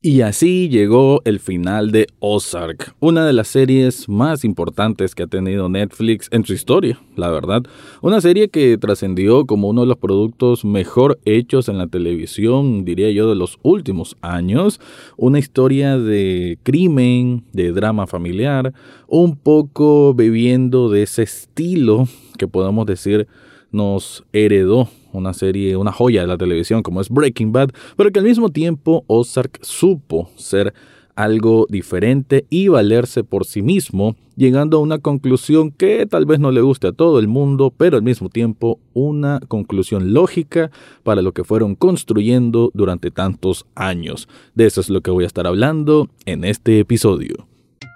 Y así llegó el final de Ozark, una de las series más importantes que ha tenido Netflix en su historia, la verdad. Una serie que trascendió como uno de los productos mejor hechos en la televisión, diría yo, de los últimos años. Una historia de crimen, de drama familiar, un poco bebiendo de ese estilo que podemos decir nos heredó una serie, una joya de la televisión como es Breaking Bad, pero que al mismo tiempo Ozark supo ser algo diferente y valerse por sí mismo, llegando a una conclusión que tal vez no le guste a todo el mundo, pero al mismo tiempo una conclusión lógica para lo que fueron construyendo durante tantos años. De eso es lo que voy a estar hablando en este episodio.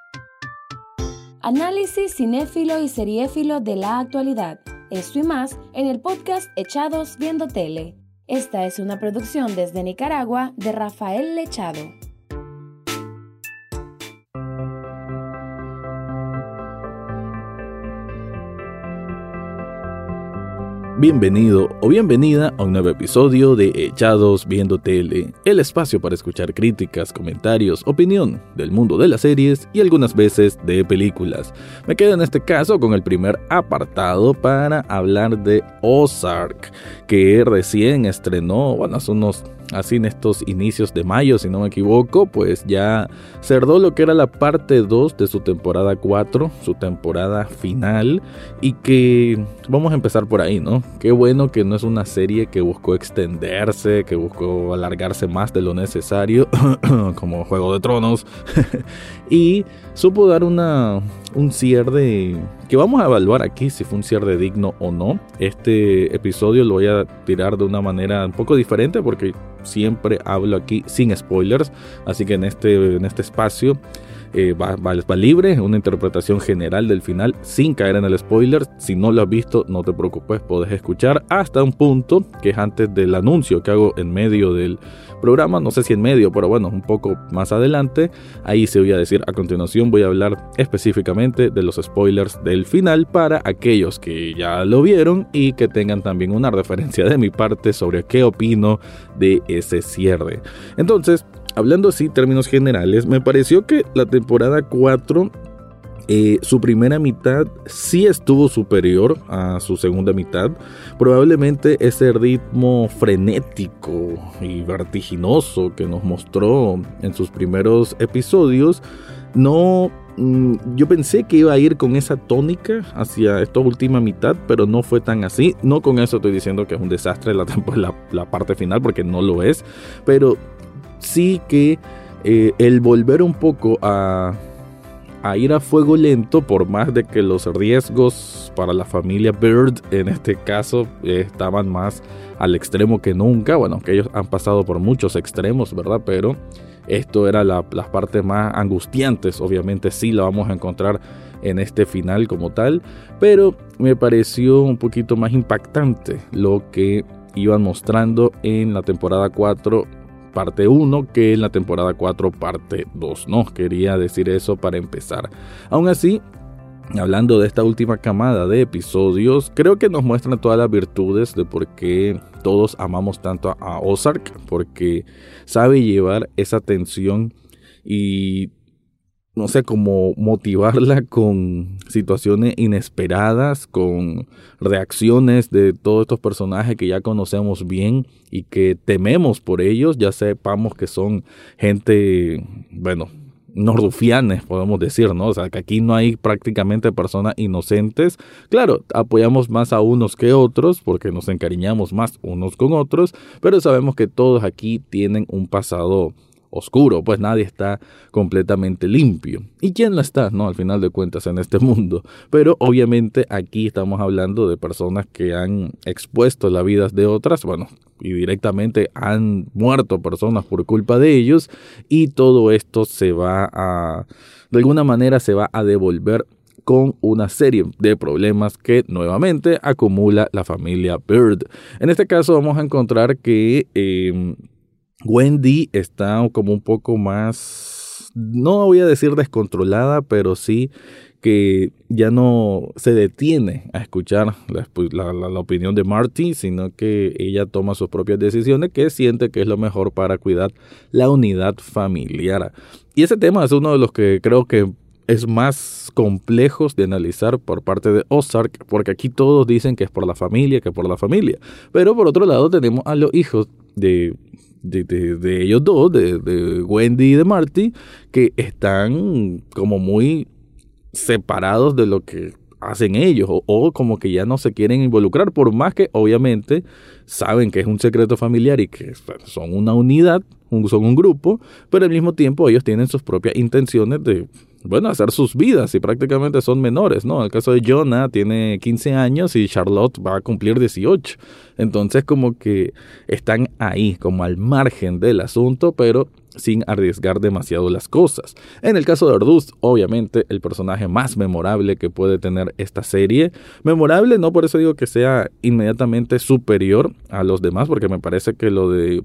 Análisis cinéfilo y seriéfilo de la actualidad. Esto y más en el podcast Echados Viendo Tele. Esta es una producción desde Nicaragua de Rafael Lechado. Bienvenido o bienvenida a un nuevo episodio de Echados Viendo Tele, el espacio para escuchar críticas, comentarios, opinión del mundo de las series y algunas veces de películas. Me quedo en este caso con el primer apartado para hablar de Ozark, que recién estrenó, hace unos... Así en estos inicios de mayo, si no me equivoco, pues ya cerró lo que era la parte 2 de su temporada 4, su temporada final, y que vamos a empezar por ahí, ¿no? Qué bueno que no es una serie que buscó extenderse, que buscó alargarse más de lo necesario, como Juego de Tronos, y supo dar un cierre que vamos a evaluar aquí si fue un cierre digno o no. Este episodio lo voy a tirar de una manera un poco diferente porque siempre hablo aquí sin spoilers, así que en este espacio va libre, una interpretación general del final sin caer en el spoiler. Si no lo has visto, no te preocupes, puedes escuchar hasta un punto que es antes del anuncio que hago en medio del programa, no sé si en medio, pero bueno, un poco más adelante. Ahí se voy a decir, a continuación voy a hablar específicamente de los spoilers del final para aquellos que ya lo vieron y que tengan también una referencia de mi parte sobre qué opino de ese cierre. Entonces, hablando así, términos generales, me pareció que la temporada 4, su primera mitad sí estuvo superior a su segunda mitad. Probablemente ese ritmo frenético y vertiginoso que nos mostró en sus primeros episodios, yo pensé que iba a ir con esa tónica hacia esta última mitad, pero no fue tan así. No con eso estoy diciendo que es un desastre la parte final, porque no lo es, pero sí que el volver un poco a ir a fuego lento, por más de que los riesgos para la familia Byrde en este caso estaban más al extremo que nunca. Bueno, que ellos han pasado por muchos extremos, ¿verdad? Pero esto era las partes más angustiantes, obviamente sí la vamos a encontrar en este final como tal, pero me pareció un poquito más impactante lo que iban mostrando en la temporada 4 parte 1 que en la temporada 4 parte 2, ¿no? Quería decir eso para empezar. Aún así, hablando de esta última camada de episodios, creo que nos muestran todas las virtudes de por qué todos amamos tanto a Ozark, porque sabe llevar esa tensión y no sé, cómo motivarla con situaciones inesperadas, con reacciones de todos estos personajes que ya conocemos bien y que tememos por ellos, ya sepamos que son gente, bueno, no rufianes, podemos decir, ¿no? O sea, que aquí no hay prácticamente personas inocentes. Claro, apoyamos más a unos que otros porque nos encariñamos más unos con otros, pero sabemos que todos aquí tienen un pasado oscuro, pues nadie está completamente limpio. ¿Y quién lo está, no? Al final de cuentas en este mundo. Pero obviamente aquí estamos hablando de personas que han expuesto las vidas de otras, bueno, y directamente han muerto personas por culpa de ellos, y todo esto de alguna manera se va a devolver con una serie de problemas que nuevamente acumula la familia Byrde. En este caso vamos a encontrar que Wendy está como un poco más, no voy a decir descontrolada, pero sí que ya no se detiene a escuchar la opinión de Marty, sino que ella toma sus propias decisiones que siente que es lo mejor para cuidar la unidad familiar. Y ese tema es uno de los que creo que es más complejos de analizar por parte de Ozark, porque aquí todos dicen que es por la familia, pero por otro lado tenemos a los hijos de ellos dos, de Wendy y de Marty, que están como muy separados de lo que hacen ellos, o como que ya no se quieren involucrar, por más que obviamente saben que es un secreto familiar y que son una unidad, son un grupo, pero al mismo tiempo ellos tienen sus propias intenciones de, hacer sus vidas y prácticamente son menores, ¿no? El caso de Jonah tiene 15 años y Charlotte va a cumplir 18. Entonces como que están ahí, como al margen del asunto, pero sin arriesgar demasiado las cosas. En el caso de Arduz, obviamente el personaje más memorable que puede tener esta serie. Memorable, no por eso digo que sea inmediatamente superior a los demás, porque me parece que lo de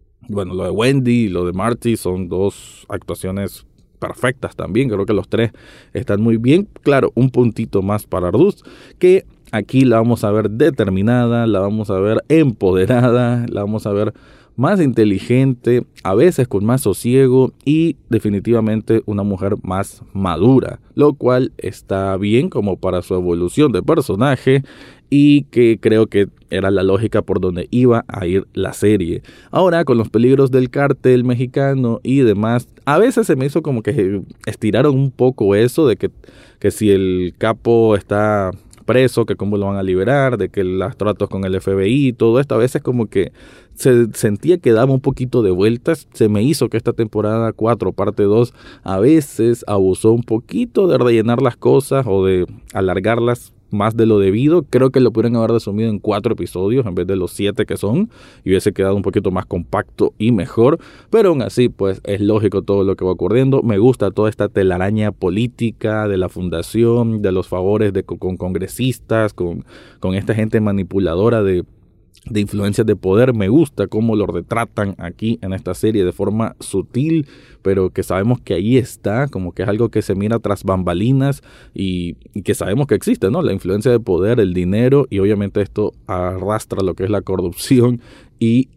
Wendy y lo de Marty son dos actuaciones perfectas también. Creo que los tres están muy bien. Claro, un puntito más para Arduz, que aquí la vamos a ver determinada, la vamos a ver empoderada, la vamos a ver más inteligente, a veces con más sosiego y definitivamente una mujer más madura, lo cual está bien como para su evolución de personaje y que creo que era la lógica por donde iba a ir la serie. Ahora, con los peligros del cártel mexicano y demás, a veces se me hizo como que estiraron un poco eso de que si el capo está preso, que cómo lo van a liberar, de que los tratos con el FBI, todo esto, a veces como que se sentía que daba un poquito de vueltas. Se me hizo que esta temporada 4, parte 2, a veces abusó un poquito de rellenar las cosas o de alargarlas más de lo debido. Creo que lo pudieron haber resumido en 4 episodios en vez de los 7 que son, y hubiese quedado un poquito más compacto y mejor, pero aún así pues es lógico todo lo que va ocurriendo. Me gusta toda esta telaraña política de la fundación, de los favores con congresistas, con esta gente manipuladora de influencias de poder. Me gusta cómo lo retratan aquí en esta serie de forma sutil, pero que sabemos que ahí está, como que es algo que se mira tras bambalinas y que sabemos que existe, ¿no? La influencia de poder, el dinero, y obviamente esto arrastra lo que es la corrupción e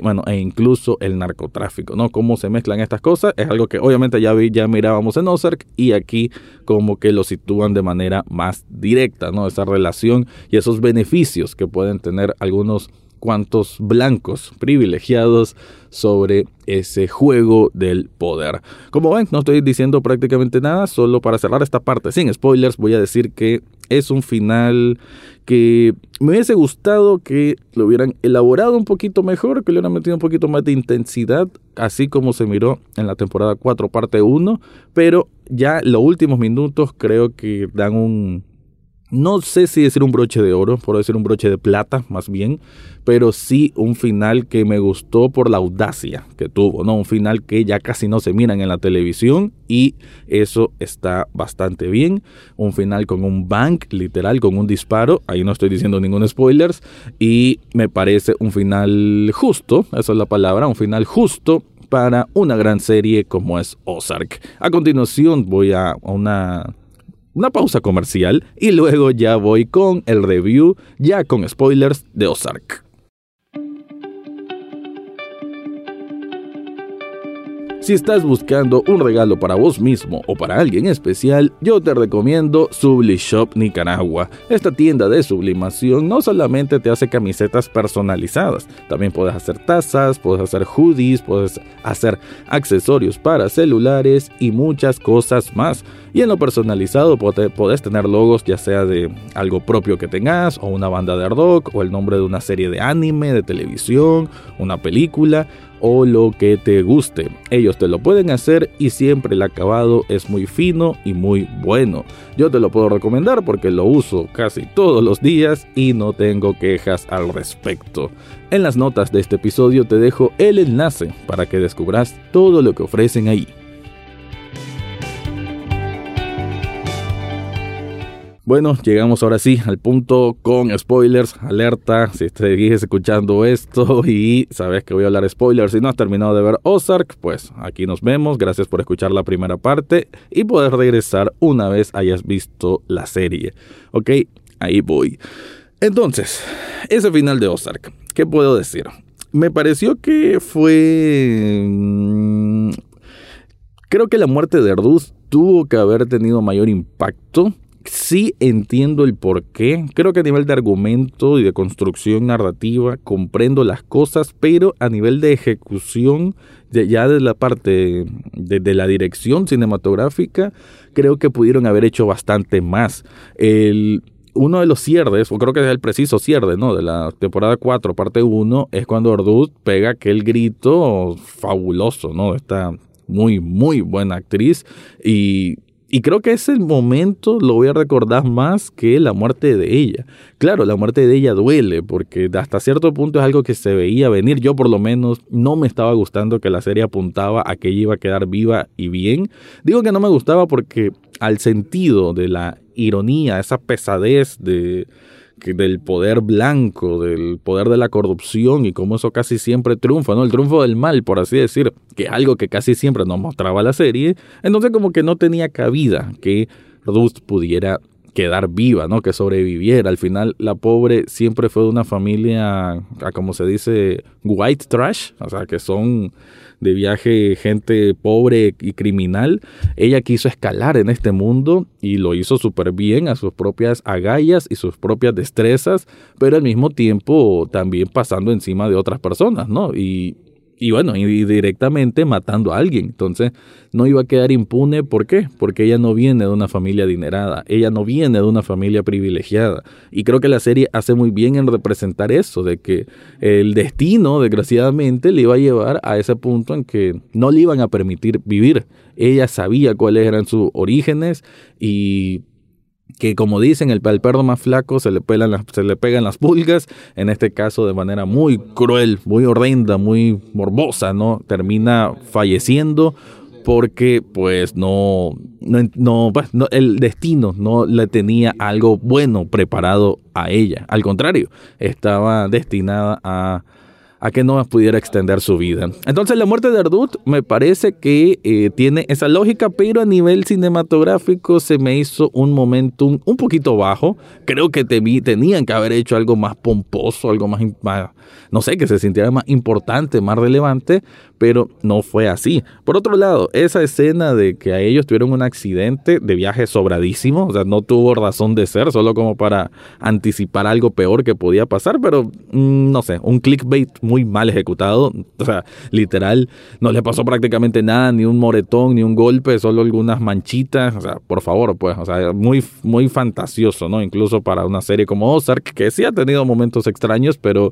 incluso el narcotráfico, ¿no? Cómo se mezclan estas cosas es algo que obviamente ya mirábamos en Ozark, y aquí como que lo sitúan de manera más directa, ¿no? Esa relación y esos beneficios que pueden tener algunos cuantos blancos privilegiados sobre ese juego del poder. Como ven, no estoy diciendo prácticamente nada, solo para cerrar esta parte sin spoilers voy a decir que es un final que me hubiese gustado que lo hubieran elaborado un poquito mejor, que le hubieran metido un poquito más de intensidad, así como se miró en la temporada 4, parte 1, pero ya los últimos minutos creo que dan no sé si decir un broche de oro, por decir un broche de plata más bien, pero sí un final que me gustó por la audacia que tuvo, ¿no? Un final que ya casi no se miran en la televisión y eso está bastante bien. Un final con un bang, literal, con un disparo, ahí no estoy diciendo ningún spoilers, y me parece un final justo, esa es la palabra, un final justo para una gran serie como es Ozark. A continuación voy a una pausa comercial y luego ya voy con el review, ya con spoilers de Ozark. Si estás buscando un regalo para vos mismo o para alguien especial, yo te recomiendo Sublishop Nicaragua. Esta tienda de sublimación no solamente te hace camisetas personalizadas, también puedes hacer tazas, puedes hacer hoodies, puedes hacer accesorios para celulares y muchas cosas más. Y en lo personalizado podés tener logos, ya sea de algo propio que tengas, o una banda de rock, o el nombre de una serie de anime, de televisión, una película, o lo que te guste. Ellos te lo pueden hacer y siempre el acabado es muy fino y muy bueno. Yo te lo puedo recomendar porque lo uso casi todos los días y no tengo quejas al respecto. En las notas de este episodio te dejo el enlace para que descubras todo lo que ofrecen ahí. Bueno, llegamos ahora sí al punto con spoilers, alerta, si sigues escuchando esto y sabes que voy a hablar de spoilers, si no has terminado de ver Ozark, pues aquí nos vemos, gracias por escuchar la primera parte y poder regresar una vez hayas visto la serie, ¿ok? Ahí voy. Entonces, ese final de Ozark, ¿qué puedo decir? Me pareció que fue... Creo que la muerte de Erdús tuvo que haber tenido mayor impacto. Sí entiendo el porqué. Creo que a nivel de argumento y de construcción narrativa comprendo las cosas, pero a nivel de ejecución, ya de la parte de la dirección cinematográfica, creo que pudieron haber hecho bastante más. Uno de los cierres, o creo que es el preciso cierre, ¿no?, de la temporada 4, parte 1, es cuando Erdús pega aquel grito fabuloso, ¿no? Esta muy, muy buena actriz y creo que ese momento lo voy a recordar más que la muerte de ella. Claro, la muerte de ella duele porque hasta cierto punto es algo que se veía venir. Yo por lo menos no me estaba gustando que la serie apuntaba a que ella iba a quedar viva y bien. Digo que no me gustaba porque al sentido de la ironía, esa pesadez del poder blanco, del poder de la corrupción y cómo eso casi siempre triunfa, ¿no? El triunfo del mal, por así decir, que es algo que casi siempre nos mostraba la serie. Entonces como que no tenía cabida que Ruth pudiera quedar viva, ¿no? Que sobreviviera. Al final la pobre siempre fue de una familia, como se dice, white trash, o sea, que son de viaje gente pobre y criminal. Ella quiso escalar en este mundo y lo hizo súper bien a sus propias agallas y sus propias destrezas, pero al mismo tiempo también pasando encima de otras personas, ¿no? Y bueno, y directamente matando a alguien. Entonces no iba a quedar impune. ¿Por qué? Porque ella no viene de una familia adinerada, ella no viene de una familia privilegiada. Y creo que la serie hace muy bien en representar eso, de que el destino, desgraciadamente, le iba a llevar a ese punto en que no le iban a permitir vivir. Ella sabía cuáles eran sus orígenes y que, como dicen, al perro más flaco se le pegan las pulgas, en este caso de manera muy cruel, muy horrenda, muy morbosa, ¿no? Termina falleciendo porque pues el destino no le tenía algo bueno preparado a ella. Al contrario, estaba destinada a que no pudiera extender su vida. Entonces la muerte de Erdús me parece que tiene esa lógica, pero a nivel cinematográfico se me hizo un momentum un poquito bajo. Creo que tenían que haber hecho algo más pomposo, algo más, no sé, que se sintiera más importante, más relevante, pero no fue así. Por otro lado, esa escena de que a ellos tuvieron un accidente de viaje sobradísimo, o sea, no tuvo razón de ser, solo como para anticipar algo peor que podía pasar, pero no sé, un clickbait muy mal ejecutado. O sea, literal, no le pasó prácticamente nada, ni un moretón, ni un golpe, solo algunas manchitas. O sea, por favor, pues, o sea, muy, muy fantasioso, ¿no? Incluso para una serie como Ozark, que sí ha tenido momentos extraños, pero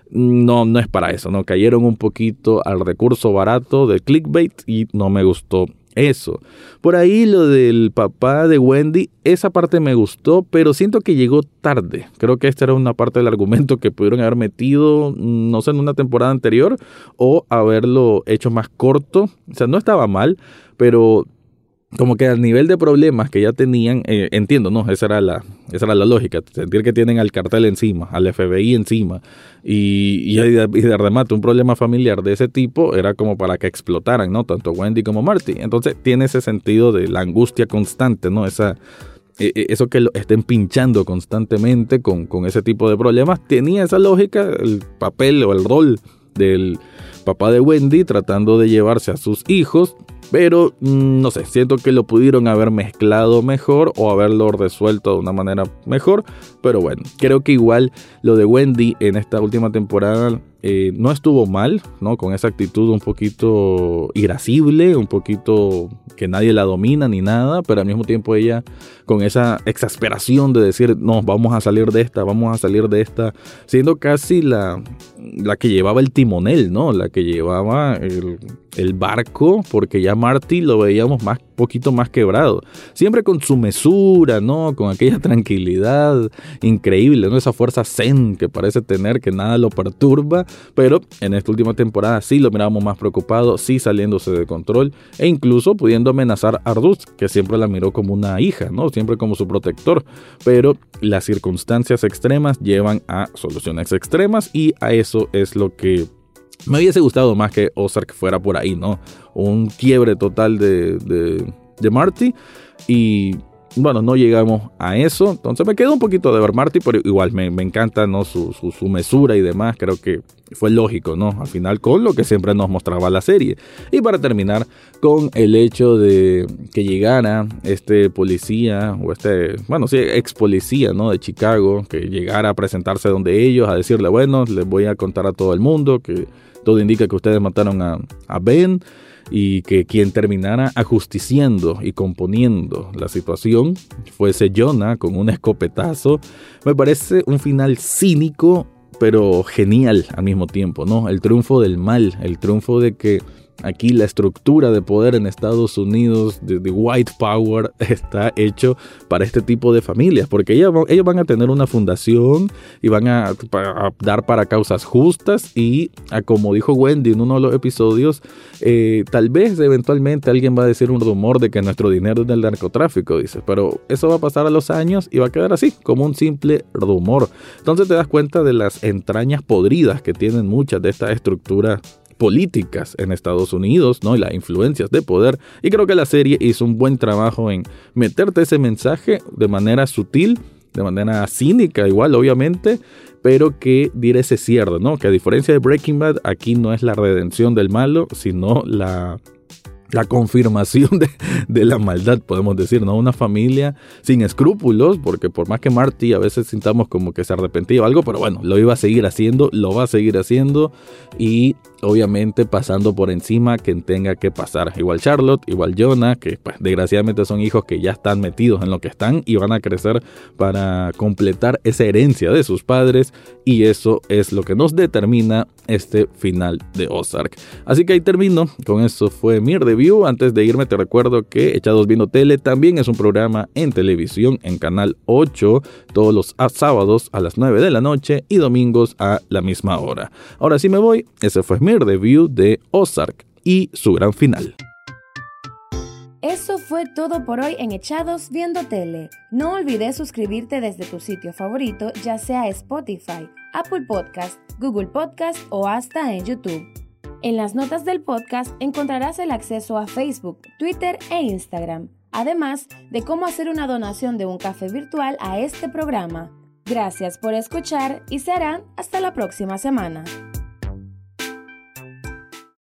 no es para eso, ¿no? Cayeron un poquito al recurso barato del clickbait y no me gustó eso. Por ahí lo del papá de Wendy, esa parte me gustó, pero siento que llegó tarde. Creo que esta era una parte del argumento que pudieron haber metido, no sé, en una temporada anterior o haberlo hecho más corto. O sea, no estaba mal, pero como que al nivel de problemas que ya tenían, entiendo, ¿no? Esa era la lógica, sentir que tienen al cartel encima, al FBI encima, y de remate un problema familiar de ese tipo, era como para que explotaran, ¿no? Tanto Wendy como Marty. Entonces tiene ese sentido de la angustia constante, ¿no? Eso que lo estén pinchando constantemente con ese tipo de problemas, tenía esa lógica, el papel o el rol del papá de Wendy tratando de llevarse a sus hijos. Pero no sé, siento que lo pudieron haber mezclado mejor o haberlo resuelto de una manera mejor. Pero bueno, creo que igual lo de Wendy en esta última temporada no estuvo mal, ¿no? Con esa actitud un poquito irascible, un poquito que nadie la domina ni nada, pero al mismo tiempo ella con esa exasperación de decir, no, vamos a salir de esta, siendo casi la que llevaba el timonel, ¿no? La que llevaba el barco, porque ya Marty lo veíamos más poquito más quebrado. Siempre con su mesura, ¿no? Con aquella tranquilidad increíble, ¿no? Esa fuerza zen que parece tener, que nada lo perturba, pero en esta última temporada sí lo mirábamos más preocupado, sí saliéndose de control e incluso pudiendo amenazar a Arduz, que siempre la miró como una hija, ¿no? Siempre como su protector, pero las circunstancias extremas llevan a soluciones extremas y a eso es lo que me hubiese gustado más que Ozark fuera por ahí, ¿no? Un quiebre total de Marty y bueno, no llegamos a eso. Entonces me quedó un poquito de ver Marty, pero igual me encanta, ¿no? Su mesura y demás. Creo que fue lógico, ¿no? Al final con lo que siempre nos mostraba la serie. Y para terminar con el hecho de que llegara este policía o ex policía, ¿no? De Chicago, que llegara a presentarse donde ellos, a decirle, bueno, les voy a contar a todo el mundo que todo indica que ustedes mataron a Ben, y que quien terminara ajusticiando y componiendo la situación fuese Jonah con un escopetazo. Me parece un final cínico, pero genial al mismo tiempo, ¿no? El triunfo del mal, el triunfo de que aquí la estructura de poder en Estados Unidos, de White Power, está hecho para este tipo de familias, porque ellos van a tener una fundación y van a dar para causas justas y, como dijo Wendy en uno de los episodios, tal vez eventualmente alguien va a decir un rumor de que nuestro dinero es del narcotráfico, dice, pero eso va a pasar a los años y va a quedar así, como un simple rumor. Entonces te das cuenta de las entrañas podridas que tienen muchas de estas estructuras políticas en Estados Unidos, ¿no? Y las influencias de poder, y creo que la serie hizo un buen trabajo en meterte ese mensaje de manera sutil, de manera cínica igual, obviamente, pero que diera ese cierre, ¿no? Que a diferencia de Breaking Bad, aquí no es la redención del malo, sino la confirmación de la maldad, podemos decir, ¿no? Una familia sin escrúpulos, porque por más que Marty a veces sintamos como que se arrepentía o algo, pero bueno, lo iba a seguir haciendo, lo va a seguir haciendo y obviamente pasando por encima quien tenga que pasar. Igual Charlotte, igual Jonah, que pues desgraciadamente son hijos que ya están metidos en lo que están y van a crecer para completar esa herencia de sus padres, y eso es lo que nos determina este final de Ozark. Así que ahí termino, con eso fue mi review. Antes de irme te recuerdo que Echados Viendo Tele también es un programa en televisión en Canal 8, todos los sábados a las 9 de la noche y domingos a la misma hora. Ahora sí me voy, ese fue mi review de Ozark y su gran final. Eso fue todo por hoy en Echados Viendo Tele. No olvides suscribirte desde tu sitio favorito, ya sea Spotify, Apple Podcast, Google Podcast o hasta en YouTube. En las notas del podcast encontrarás el acceso a Facebook, Twitter e Instagram, además de cómo hacer una donación de un café virtual a este programa. Gracias por escuchar y será hasta la próxima semana.